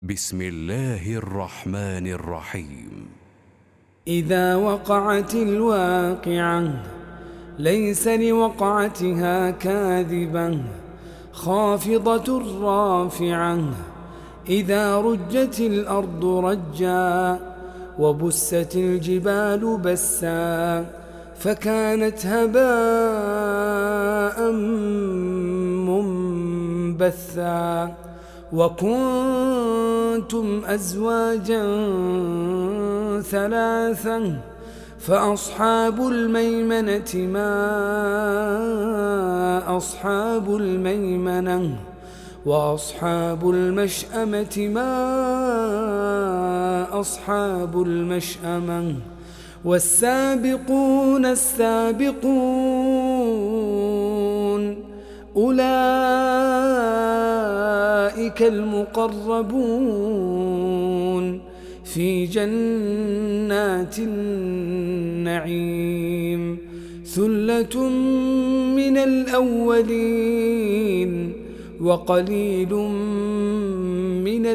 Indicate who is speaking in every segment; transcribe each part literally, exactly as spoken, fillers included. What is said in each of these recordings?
Speaker 1: بسم الله الرحمن الرحيم.
Speaker 2: إذا وقعت الواقعة ليس لوقعتها كاذبة خافضة رافعة. إذا رجت الأرض رجا وبست الجبال بسا فكانت هباء منبثا. وكنتم أزواجا ثلاثا فأصحاب الميمنة ما أصحاب الميمنة وأصحاب المشأمة ما أصحاب المشأمة. والسابقون السابقون أولئك المقربون في جنات النعيم. ثلة من الأولين وقليل من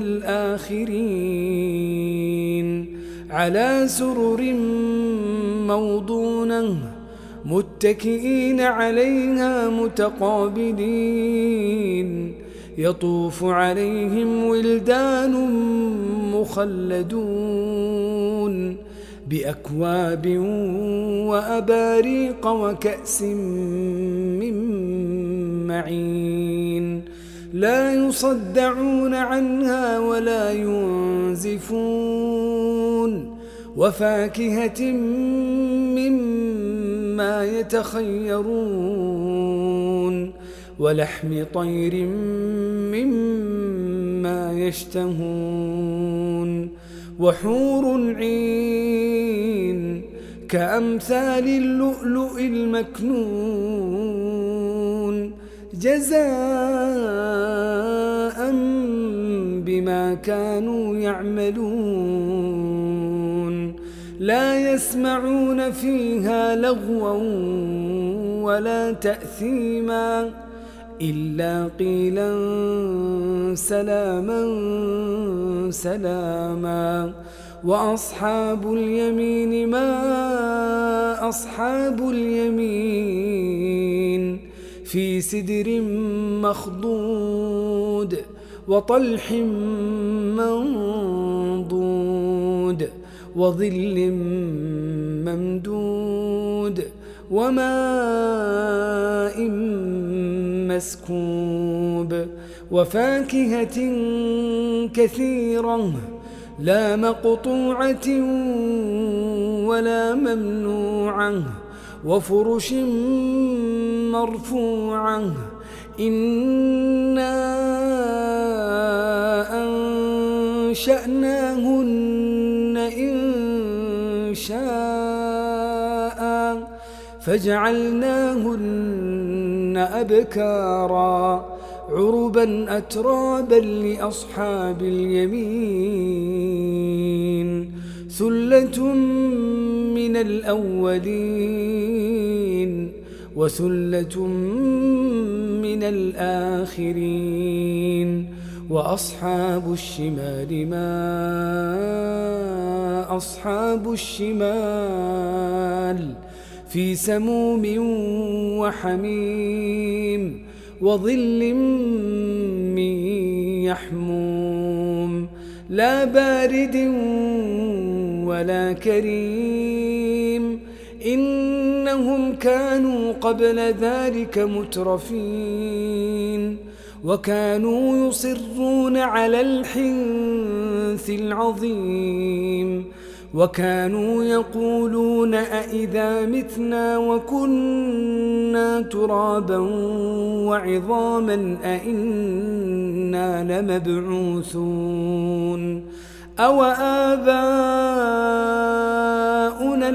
Speaker 2: الآخرين. على سرر موضونة متكئين عليها متقابلين. يطوف عليهم ولدان مخلدون بأكواب وأباريق وكأس من معين. لا يصدعون عنها ولا ينزفون. وفاكهة مما يتخيرون ولحم طير مما يشتهون. وحور عين كأمثال اللؤلؤ المكنون جزاء بما كانوا يعملون. لا يسمعون فيها لغوا ولا تأثيما إلا قيلا سلاما سلاما. وأصحاب اليمين ما أصحاب اليمين في سدر مخضود وطلح منضود وظل ممدود وماء مسكوب. وفاكهة كثيرة لا مقطوعة ولا ممنوعة. وفرش مرفوعة. إنا أنشأناهن إن شاء فجعلناهن أبكارا عربا أترابا لأصحاب اليمين. ثلة من الأولين وثلة من الآخرين. وأصحاب الشمال ما أصحاب الشمال في سموم وحميم وظل من يحموم لا بارد ولا كريم. إنهم كانوا قبل ذلك مترفين وكانوا يصرون على الحنث العظيم. وكانوا يقولون أئذا متنا وكنا ترابا وعظاما أئنا لمبعوثون أو آباؤنا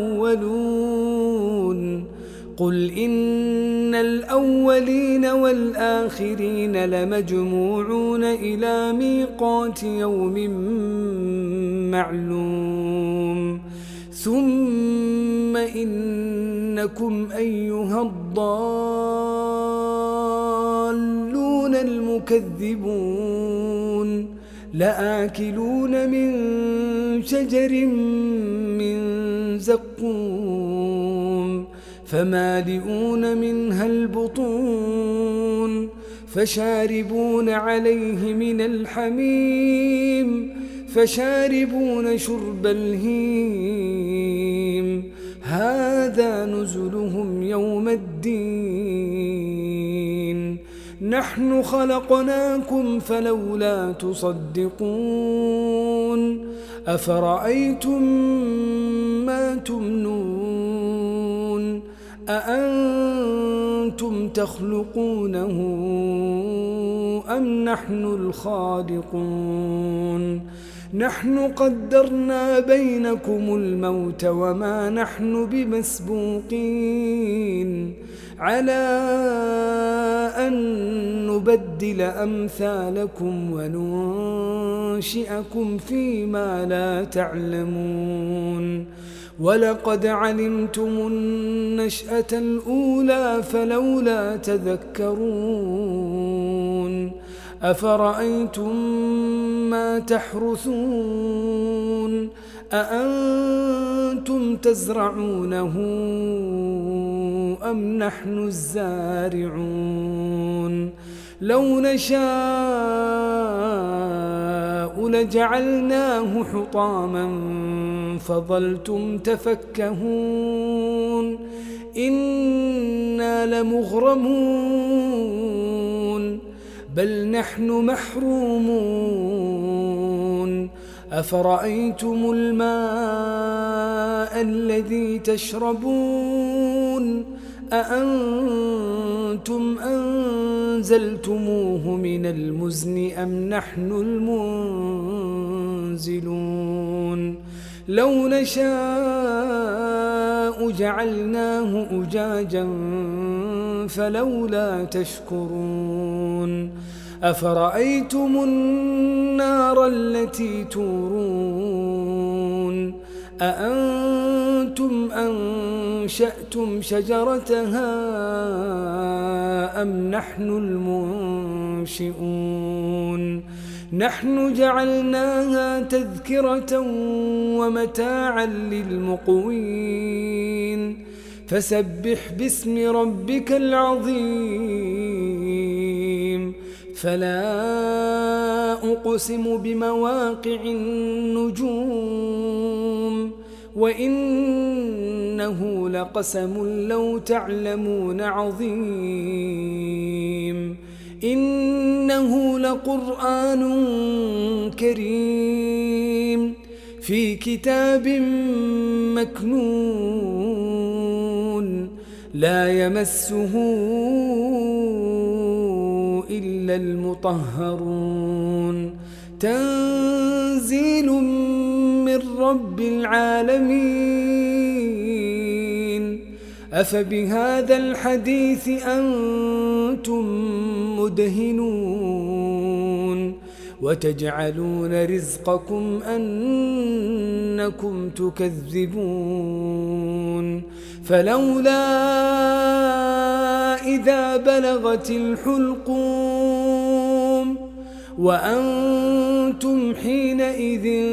Speaker 2: الأولون. قل إن الأولين والآخرين لمجموعون إلى ميقات يوم معلوم. ثم إنكم أيها الضالون المكذبون لآكلون من شجر من زقوم فمالئون منها البطون فشاربون عليه من الحميم فشاربون شرب الهيم هذا نزلهم يوم الدين نحن خلقناكم فلولا تصدقون أفرأيتم ما تمنون أأنتم تخلقونه أم نحن الخالقون نحن قدرنا بينكم الموت وما نحن بمسبوقين على أن نبدل أمثالكم وننشئكم فيما لا تعلمون ولقد علمتم النشأة الأولى فلولا تذكرون أفرأيتم ما تحرثون أأنتم تزرعونه أم نحن الزارعون لو نشاء لجعلناه حطاما فظلتم تفكهون إنا لمغرمون بل نحن محرومون أفرأيتم الماء الذي تشربون أأنتم أنزلتموه من المزن أم نحن المنزلون لو نشاء جعلناه أجاجا فلولا تشكرون أفرأيتم النار التي تورون أأنتم أنشأتم شجرتها أم نحن المنشئون نحن جعلناها تذكرة ومتاعا للمقوين فسبح باسم ربك العظيم فلا أقسم بمواقع النجوم وإنه لقسم لو تعلمون عظيم إنه لقرآن كريم في كتاب مكنون لا يمسه إلا المطهرون تنزيل من رب العالمين أفبهذا الحديث أنتم مدهنون وتجعلون رزقكم أنكم تكذبون فلولا إذا بلغت الحلقوم وأنتم حينئذ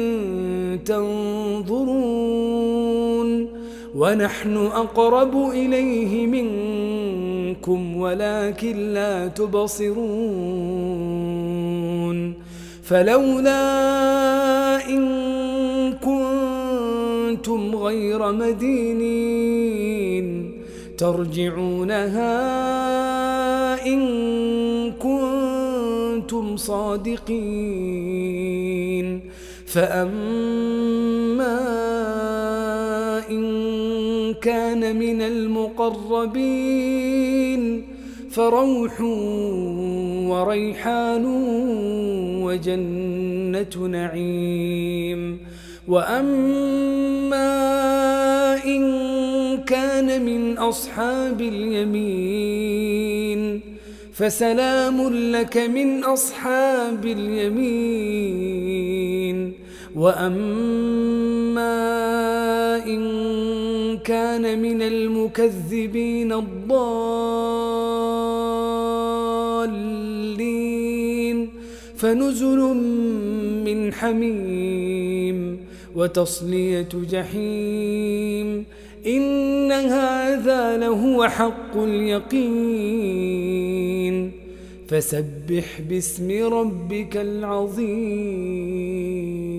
Speaker 2: تنظرون ونحن أقرب إليه منكم ولكن لا تبصرون فلولا إن كنتم غير مدينين ترجعونها إن كنتم صادقين فأما إن كان من المقربين فروح وريحان وجنة نعيم وأما إن كان من أصحاب اليمين فسلام لك من أصحاب اليمين وأما إن كان من المكذبين الضالين فنزل من حميم وتصلية جحيم إن هذا لهو حق اليقين فسبح باسم ربك العظيم.